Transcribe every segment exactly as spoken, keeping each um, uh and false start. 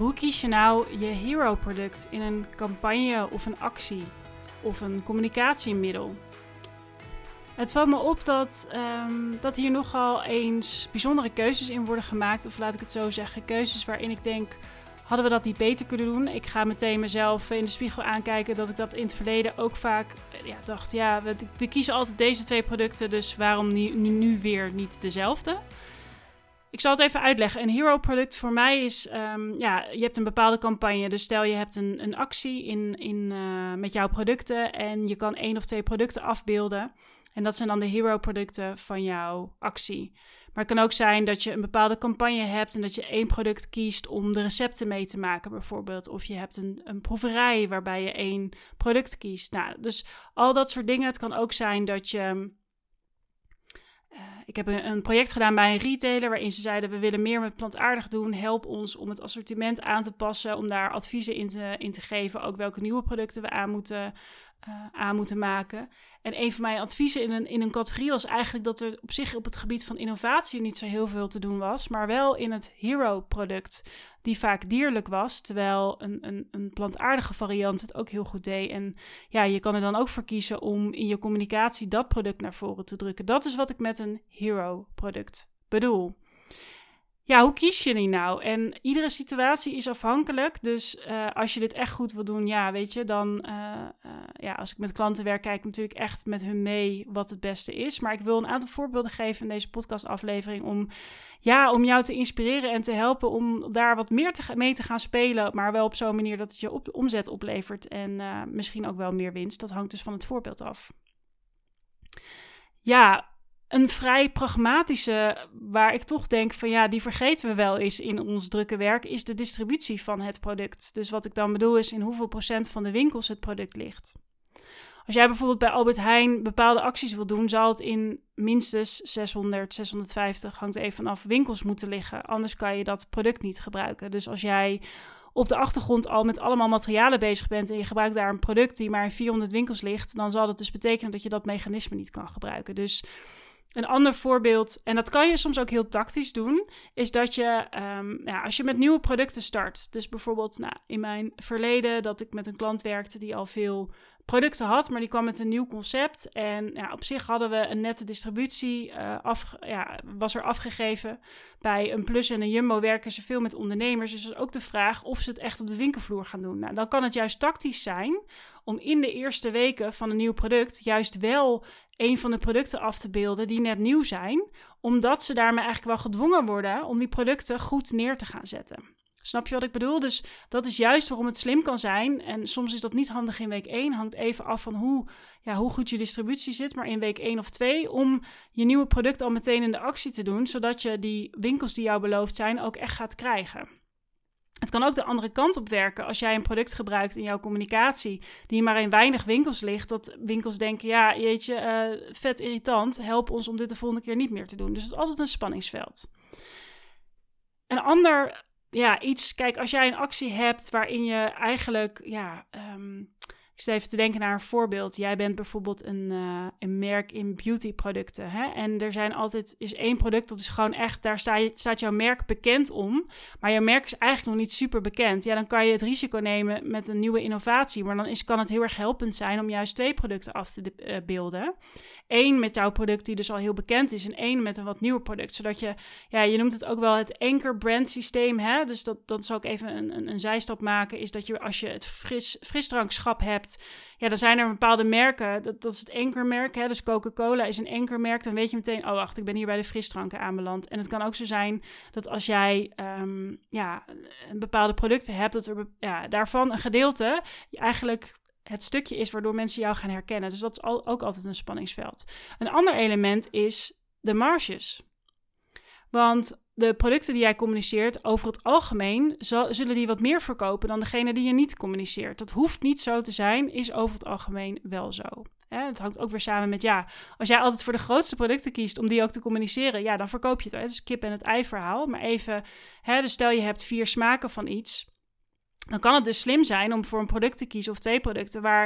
Hoe kies je nou je hero-product in een campagne of een actie of een communicatiemiddel? Het valt me op dat, um, dat hier nogal eens bijzondere keuzes in worden gemaakt. Of laat ik het zo zeggen, keuzes waarin ik denk, hadden we dat niet beter kunnen doen? Ik ga meteen mezelf in de spiegel aankijken dat ik dat in het verleden ook vaak ja, dacht. Ja, we, we kiezen altijd deze twee producten, dus waarom nu, nu, nu weer niet dezelfde? Ik zal het even uitleggen. Een hero-product voor mij is, um, ja, je hebt een bepaalde campagne. Dus stel je hebt een, een actie in, in, uh, met jouw producten en je kan één of twee producten afbeelden. En dat zijn dan de hero-producten van jouw actie. Maar het kan ook zijn dat je een bepaalde campagne hebt en dat je één product kiest om de recepten mee te maken bijvoorbeeld. Of je hebt een, een proeverij waarbij je één product kiest. Nou, dus al dat soort dingen. Het kan ook zijn dat je... Uh, ik heb een, een project gedaan bij een retailer waarin ze zeiden, we willen meer met plantaardig doen. Help ons om het assortiment aan te passen, om daar adviezen in te, in te geven. Ook welke nieuwe producten we aan moeten, uh, aan moeten maken. En een van mijn adviezen in een, in een categorie was eigenlijk dat er op zich op het gebied van innovatie niet zo heel veel te doen was. Maar wel in het hero-product, die vaak dierlijk was. Terwijl een, een, een plantaardige variant het ook heel goed deed. En ja, je kan er dan ook voor kiezen om in je communicatie dat product naar voren te drukken. Dat is wat ik met een hero-product bedoel. Ja, hoe kies je die nou? En iedere situatie is afhankelijk. Dus uh, als je dit echt goed wil doen, ja, weet je, dan... Uh, uh, ja, als ik met klanten werk, kijk ik natuurlijk echt met hun mee wat het beste is. Maar ik wil een aantal voorbeelden geven in deze podcastaflevering om, ja, om jou te inspireren en te helpen om daar wat meer te, mee te gaan spelen. Maar wel op zo'n manier dat het je op, omzet oplevert en uh, misschien ook wel meer winst. Dat hangt dus van het voorbeeld af. Ja... Een vrij pragmatische, waar ik toch denk van ja, die vergeten we wel eens in ons drukke werk, is de distributie van het product. Dus wat ik dan bedoel is in hoeveel procent van de winkels het product ligt. Als jij bijvoorbeeld bij Albert Heijn bepaalde acties wil doen, zal het in minstens zeshonderd, zeshonderdvijftig, hangt even vanaf, winkels moeten liggen. Anders kan je dat product niet gebruiken. Dus als jij op de achtergrond al met allemaal materialen bezig bent en je gebruikt daar een product die maar in vierhonderd winkels ligt, dan zal dat dus betekenen dat je dat mechanisme niet kan gebruiken. Dus een ander voorbeeld, en dat kan je soms ook heel tactisch doen, is dat je, um, ja, als je met nieuwe producten start, dus bijvoorbeeld nou, in mijn verleden dat ik met een klant werkte die al veel producten had, maar die kwam met een nieuw concept en ja, op zich hadden we een nette distributie, uh, af, ja, was er afgegeven. Bij een Plus en een Jumbo werken ze veel met ondernemers, dus dat is ook de vraag of ze het echt op de winkelvloer gaan doen. Nou, dan kan het juist tactisch zijn om in de eerste weken van een nieuw product juist wel een van de producten af te beelden die net nieuw zijn, omdat ze daarmee eigenlijk wel gedwongen worden om die producten goed neer te gaan zetten. Snap je wat ik bedoel? Dus dat is juist waarom het slim kan zijn. En soms is dat niet handig in week één. Hangt even af van hoe, ja, hoe goed je distributie zit. Maar in week één of twee om je nieuwe product al meteen in de actie te doen. Zodat je die winkels die jou beloofd zijn ook echt gaat krijgen. Het kan ook de andere kant op werken. Als jij een product gebruikt in jouw communicatie die maar in weinig winkels ligt. Dat winkels denken, ja jeetje, uh, vet irritant. Help ons om dit de volgende keer niet meer te doen. Dus het is altijd een spanningsveld. Een ander... Ja, iets, kijk, als jij een actie hebt waarin je eigenlijk, ja, um, ik zit even te denken naar een voorbeeld. Jij bent bijvoorbeeld een, uh, een merk in beautyproducten, hè? En er zijn altijd, is één product, dat is gewoon echt, daar sta je, staat jouw merk bekend om. Maar jouw merk is eigenlijk nog niet super bekend. Ja, dan kan je het risico nemen met een nieuwe innovatie. Maar dan is, kan het heel erg helpend zijn om juist twee producten af te uh, beelden. Eén met jouw product die dus al heel bekend is en één met een wat nieuwer product. Zodat je, ja, je noemt het ook wel het anchor brand systeem, hè? Dus dat, dat zal ik even een, een, een zijstap maken, is dat je als je het fris, frisdrankschap hebt, ja, dan zijn er bepaalde merken, dat, dat is het anchormerk, hè? Dus Coca-Cola is een anchormerk, dan weet je meteen, oh wacht, ik ben hier bij de frisdranken aanbeland. En het kan ook zo zijn dat als jij um, ja, bepaalde producten hebt, dat er ja, daarvan een gedeelte eigenlijk het stukje is waardoor mensen jou gaan herkennen. Dus dat is al, ook altijd een spanningsveld. Een ander element is de marges. Want de producten die jij communiceert, over het algemeen zal, zullen die wat meer verkopen dan degene die je niet communiceert. Dat hoeft niet zo te zijn, is over het algemeen wel zo. Hè? Het hangt ook weer samen met, ja, als jij altijd voor de grootste producten kiest om die ook te communiceren, ja, dan verkoop je het. Hè? Het is kip en het ei verhaal. Maar even, hè, dus stel je hebt vier smaken van iets, dan kan het dus slim zijn om voor een product te kiezen of twee producten waar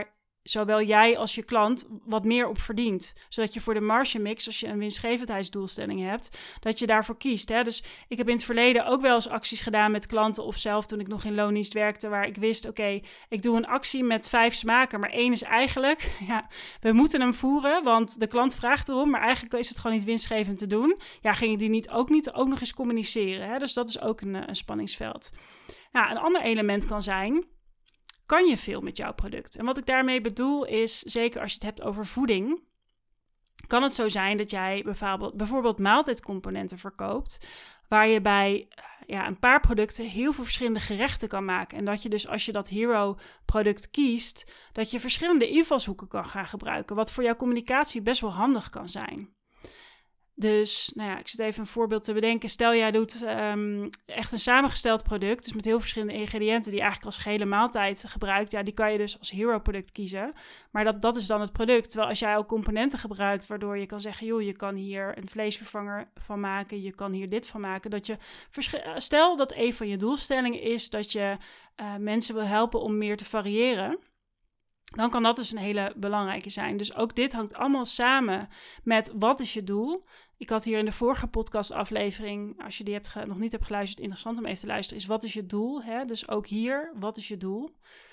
zowel jij als je klant wat meer op verdient. Zodat je voor de margemix, als je een winstgevendheidsdoelstelling hebt, dat je daarvoor kiest. Hè? Dus ik heb in het verleden ook wel eens acties gedaan met klanten of zelf toen ik nog in loondienst werkte, waar ik wist, oké, okay, ik doe een actie met vijf smaken, maar één is eigenlijk, ja, we moeten hem voeren, want de klant vraagt erom, maar eigenlijk is het gewoon niet winstgevend te doen. Ja, ging ik die niet ook niet ook nog eens communiceren. Hè? Dus dat is ook een, een spanningsveld. Nou, een ander element kan zijn, kan je veel met jouw product? En wat ik daarmee bedoel is, zeker als je het hebt over voeding, kan het zo zijn dat jij bijvoorbeeld, bijvoorbeeld maaltijdcomponenten verkoopt, waar je bij ja, een paar producten heel veel verschillende gerechten kan maken. En dat je dus als je dat hero product kiest, dat je verschillende invalshoeken kan gaan gebruiken, wat voor jouw communicatie best wel handig kan zijn. Dus, nou ja, ik zit even een voorbeeld te bedenken. Stel, jij doet um, echt een samengesteld product, dus met heel verschillende ingrediënten die je eigenlijk als gehele maaltijd gebruikt. Ja, die kan je dus als hero product kiezen. Maar dat, dat is dan het product. Terwijl als jij ook componenten gebruikt, waardoor je kan zeggen, joh, je kan hier een vleesvervanger van maken, je kan hier dit van maken. Dat je verschil... Stel dat een van je doelstellingen is dat je uh, mensen wil helpen om meer te variëren. Dan kan dat dus een hele belangrijke zijn. Dus ook dit hangt allemaal samen met wat is je doel. Ik had hier in de vorige podcastaflevering, als je die hebt ge- nog niet hebt geluisterd, interessant om even te luisteren, is wat is je doel? Hè? Dus ook hier, wat is je doel?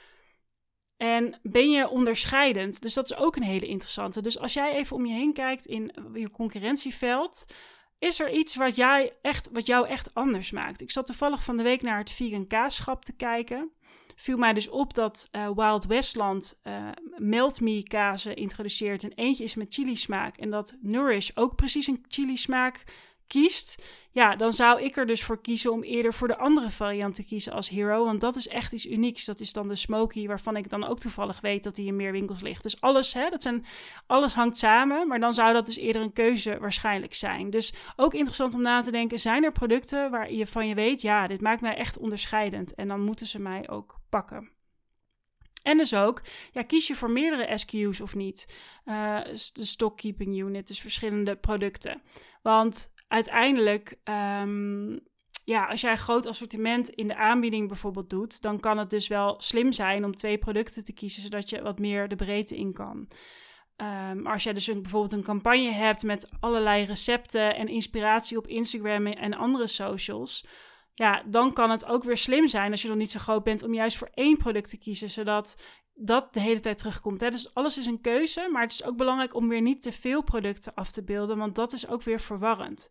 En ben je onderscheidend? Dus dat is ook een hele interessante. Dus als jij even om je heen kijkt in je concurrentieveld, is er iets wat, jij echt, wat jou echt anders maakt? Ik zat toevallig van de week naar het vegan kaasschap te kijken. Viel mij dus op dat uh, Wild Westland uh, Melt Me kazen introduceert. En eentje is met chili smaak. En dat Nourish ook precies een chili smaak kiest. Ja, dan zou ik er dus voor kiezen om eerder voor de andere variant te kiezen als hero. Want dat is echt iets unieks. Dat is dan de smoky, waarvan ik dan ook toevallig weet dat die in meer winkels ligt. Dus alles, hè, dat zijn, alles hangt samen. Maar dan zou dat dus eerder een keuze waarschijnlijk zijn. Dus ook interessant om na te denken. Zijn er producten waar je van je weet, ja, dit maakt mij echt onderscheidend. En dan moeten ze mij ook pakken. En dus ook, ja, kies je voor meerdere S K U's of niet? Uh, de stock keeping unit, dus verschillende producten. Want uiteindelijk, um, ja, als jij een groot assortiment in de aanbieding bijvoorbeeld doet, dan kan het dus wel slim zijn om twee producten te kiezen, zodat je wat meer de breedte in kan. Um, als jij dus een, bijvoorbeeld een campagne hebt met allerlei recepten en inspiratie op Instagram en andere socials, ja, dan kan het ook weer slim zijn als je nog niet zo groot bent om juist voor één product te kiezen, zodat dat de hele tijd terugkomt. Hè? Dus alles is een keuze, maar het is ook belangrijk om weer niet te veel producten af te beelden, want dat is ook weer verwarrend.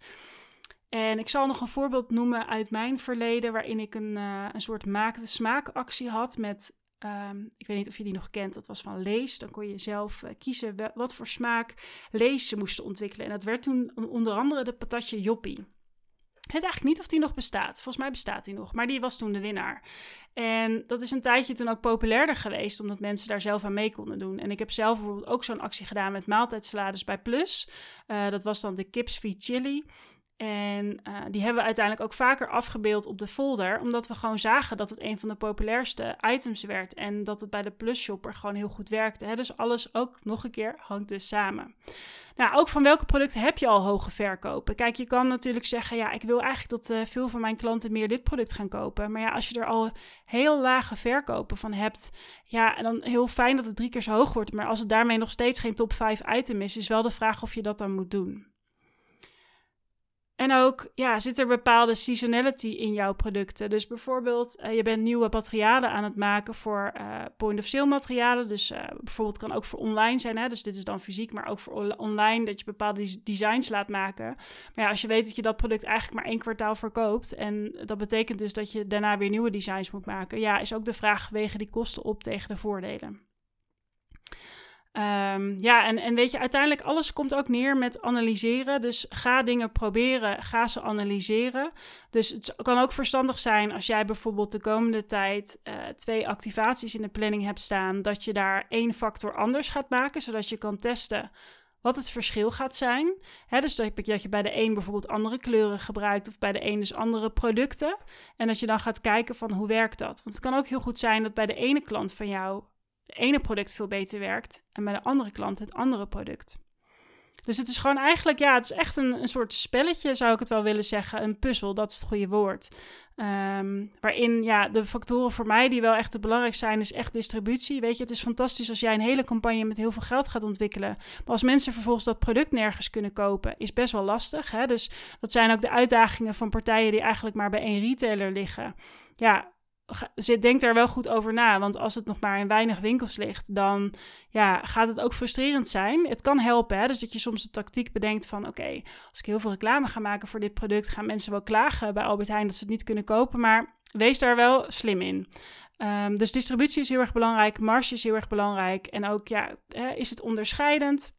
En ik zal nog een voorbeeld noemen uit mijn verleden, waarin ik een, uh, een soort maak-de-smaak-actie had met, um, ik weet niet of je die nog kent, dat was van Lees. Dan kon je zelf uh, kiezen wat voor smaak Lees ze moesten ontwikkelen. En dat werd toen onder andere de patatje Joppie. Ik weet eigenlijk niet of die nog bestaat. Volgens mij bestaat die nog, maar die was toen de winnaar. En dat is een tijdje toen ook populairder geweest, omdat mensen daar zelf aan mee konden doen. En ik heb zelf bijvoorbeeld ook zo'n actie gedaan met maaltijdsalades bij Plus. Uh, dat was dan de Kipsvee Chili. En uh, die hebben we uiteindelijk ook vaker afgebeeld op de folder, omdat we gewoon zagen dat het een van de populairste items werd en dat het bij de Plus Shopper gewoon heel goed werkte. Hè? Dus alles ook, nog een keer, hangt dus samen. Nou, ook van welke producten heb je al hoge verkopen? Kijk, je kan natuurlijk zeggen, ja, ik wil eigenlijk dat uh, veel van mijn klanten meer dit product gaan kopen. Maar ja, als je er al heel lage verkopen van hebt, ja, en dan heel fijn dat het drie keer zo hoog wordt. Maar als het daarmee nog steeds geen top vijf item is, is wel de vraag of je dat dan moet doen. En ook, ja, zit er bepaalde seasonality in jouw producten? Dus bijvoorbeeld, uh, je bent nieuwe materialen aan het maken voor uh, point-of-sale materialen. Dus uh, bijvoorbeeld kan ook voor online zijn, hè? Dus dit is dan fysiek, maar ook voor on- online, dat je bepaalde des- designs laat maken. Maar ja, als je weet dat je dat product eigenlijk maar één kwartaal verkoopt, en dat betekent dus dat je daarna weer nieuwe designs moet maken, ja, is ook de vraag, wegen die kosten op tegen de voordelen? Um, ja, en, en weet je, uiteindelijk alles komt ook neer met analyseren. Dus ga dingen proberen, ga ze analyseren. Dus het kan ook verstandig zijn als jij bijvoorbeeld de komende tijd uh, twee activaties in de planning hebt staan, dat je daar één factor anders gaat maken, zodat je kan testen wat het verschil gaat zijn. Hè, dus dat je, dat je bij de een bijvoorbeeld andere kleuren gebruikt of bij de een dus andere producten. En dat je dan gaat kijken van hoe werkt dat? Want het kan ook heel goed zijn dat bij de ene klant van jou het ene product veel beter werkt en bij de andere klant het andere product. Dus het is gewoon eigenlijk, ja, het is echt een, een soort spelletje, zou ik het wel willen zeggen. Een puzzel, dat is het goede woord. Um, waarin, ja, de factoren voor mij die wel echt het belangrijkste zijn, is echt distributie. Weet je, het is fantastisch als jij een hele campagne met heel veel geld gaat ontwikkelen. Maar als mensen vervolgens dat product nergens kunnen kopen, is best wel lastig. Hè? Dus dat zijn ook de uitdagingen van partijen die eigenlijk maar bij één retailer liggen. Ja, denk daar wel goed over na. Want als het nog maar in weinig winkels ligt, dan ja, gaat het ook frustrerend zijn. Het kan helpen, hè? Dus dat je soms de tactiek bedenkt van, oké, okay, als ik heel veel reclame ga maken voor dit product, gaan mensen wel klagen bij Albert Heijn dat ze het niet kunnen kopen. Maar wees daar wel slim in. Um, dus distributie is heel erg belangrijk, marge is heel erg belangrijk. En ook, ja, is het onderscheidend?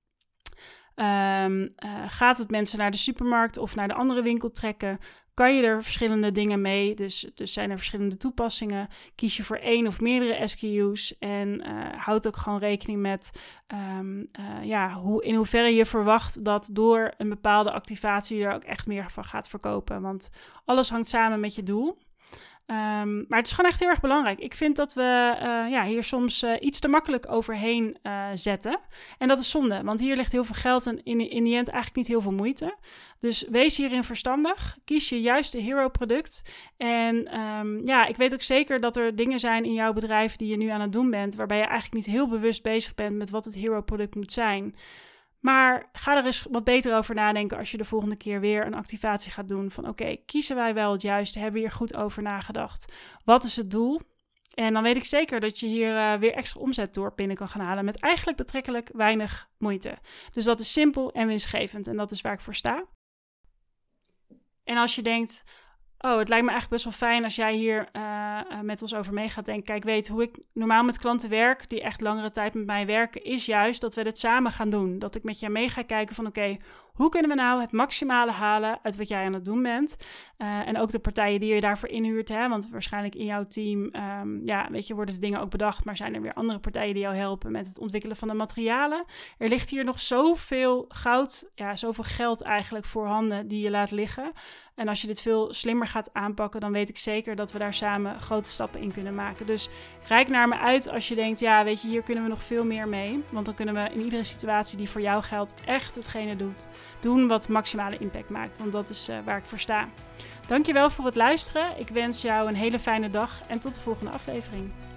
Um, uh, gaat het mensen naar de supermarkt of naar de andere winkel trekken? Kan je er verschillende dingen mee? Dus, dus zijn er verschillende toepassingen. Kies je voor één of meerdere S K U's. En uh, houd ook gewoon rekening met um, uh, ja, hoe, in hoeverre je verwacht dat door een bepaalde activatie je er ook echt meer van gaat verkopen. Want alles hangt samen met je doel. Um, maar het is gewoon echt heel erg belangrijk. Ik vind dat we uh, ja, hier soms uh, iets te makkelijk overheen uh, zetten. En dat is zonde, want hier ligt heel veel geld en in, in die end eigenlijk niet heel veel moeite. Dus wees hierin verstandig. Kies je juiste hero-product. En um, ja, ik weet ook zeker dat er dingen zijn in jouw bedrijf die je nu aan het doen bent, waarbij je eigenlijk niet heel bewust bezig bent met wat het hero-product moet zijn. Maar ga er eens wat beter over nadenken als je de volgende keer weer een activatie gaat doen. Van oké, okay, kiezen wij wel het juiste? Hebben we hier goed over nagedacht? Wat is het doel? En dan weet ik zeker dat je hier uh, weer extra omzet door binnen kan gaan halen met eigenlijk betrekkelijk weinig moeite. Dus dat is simpel en winstgevend en dat is waar ik voor sta. En als je denkt, oh, het lijkt me eigenlijk best wel fijn als jij hier uh, met ons over mee gaat denken. Kijk, weet hoe ik normaal met klanten werk die echt langere tijd met mij werken, is juist dat we dit samen gaan doen. Dat ik met jij mee ga kijken van oké, okay, hoe kunnen we nou het maximale halen uit wat jij aan het doen bent? Uh, en ook de partijen die je daarvoor inhuurt, hè? Want waarschijnlijk in jouw team, um, ja, weet je, worden de dingen ook bedacht, maar zijn er weer andere partijen die jou helpen met het ontwikkelen van de materialen? Er ligt hier nog zoveel goud, ja, zoveel geld eigenlijk voorhanden die je laat liggen. En als je dit veel slimmer gaat aanpakken, dan weet ik zeker dat we daar samen grote stappen in kunnen maken. Dus reik naar me uit als je denkt, ja, weet je, hier kunnen we nog veel meer mee. Want dan kunnen we in iedere situatie die voor jou geldt echt hetgene doet, doen wat maximale impact maakt. Want dat is uh, waar ik voor sta. Dankjewel voor het luisteren. Ik wens jou een hele fijne dag en tot de volgende aflevering.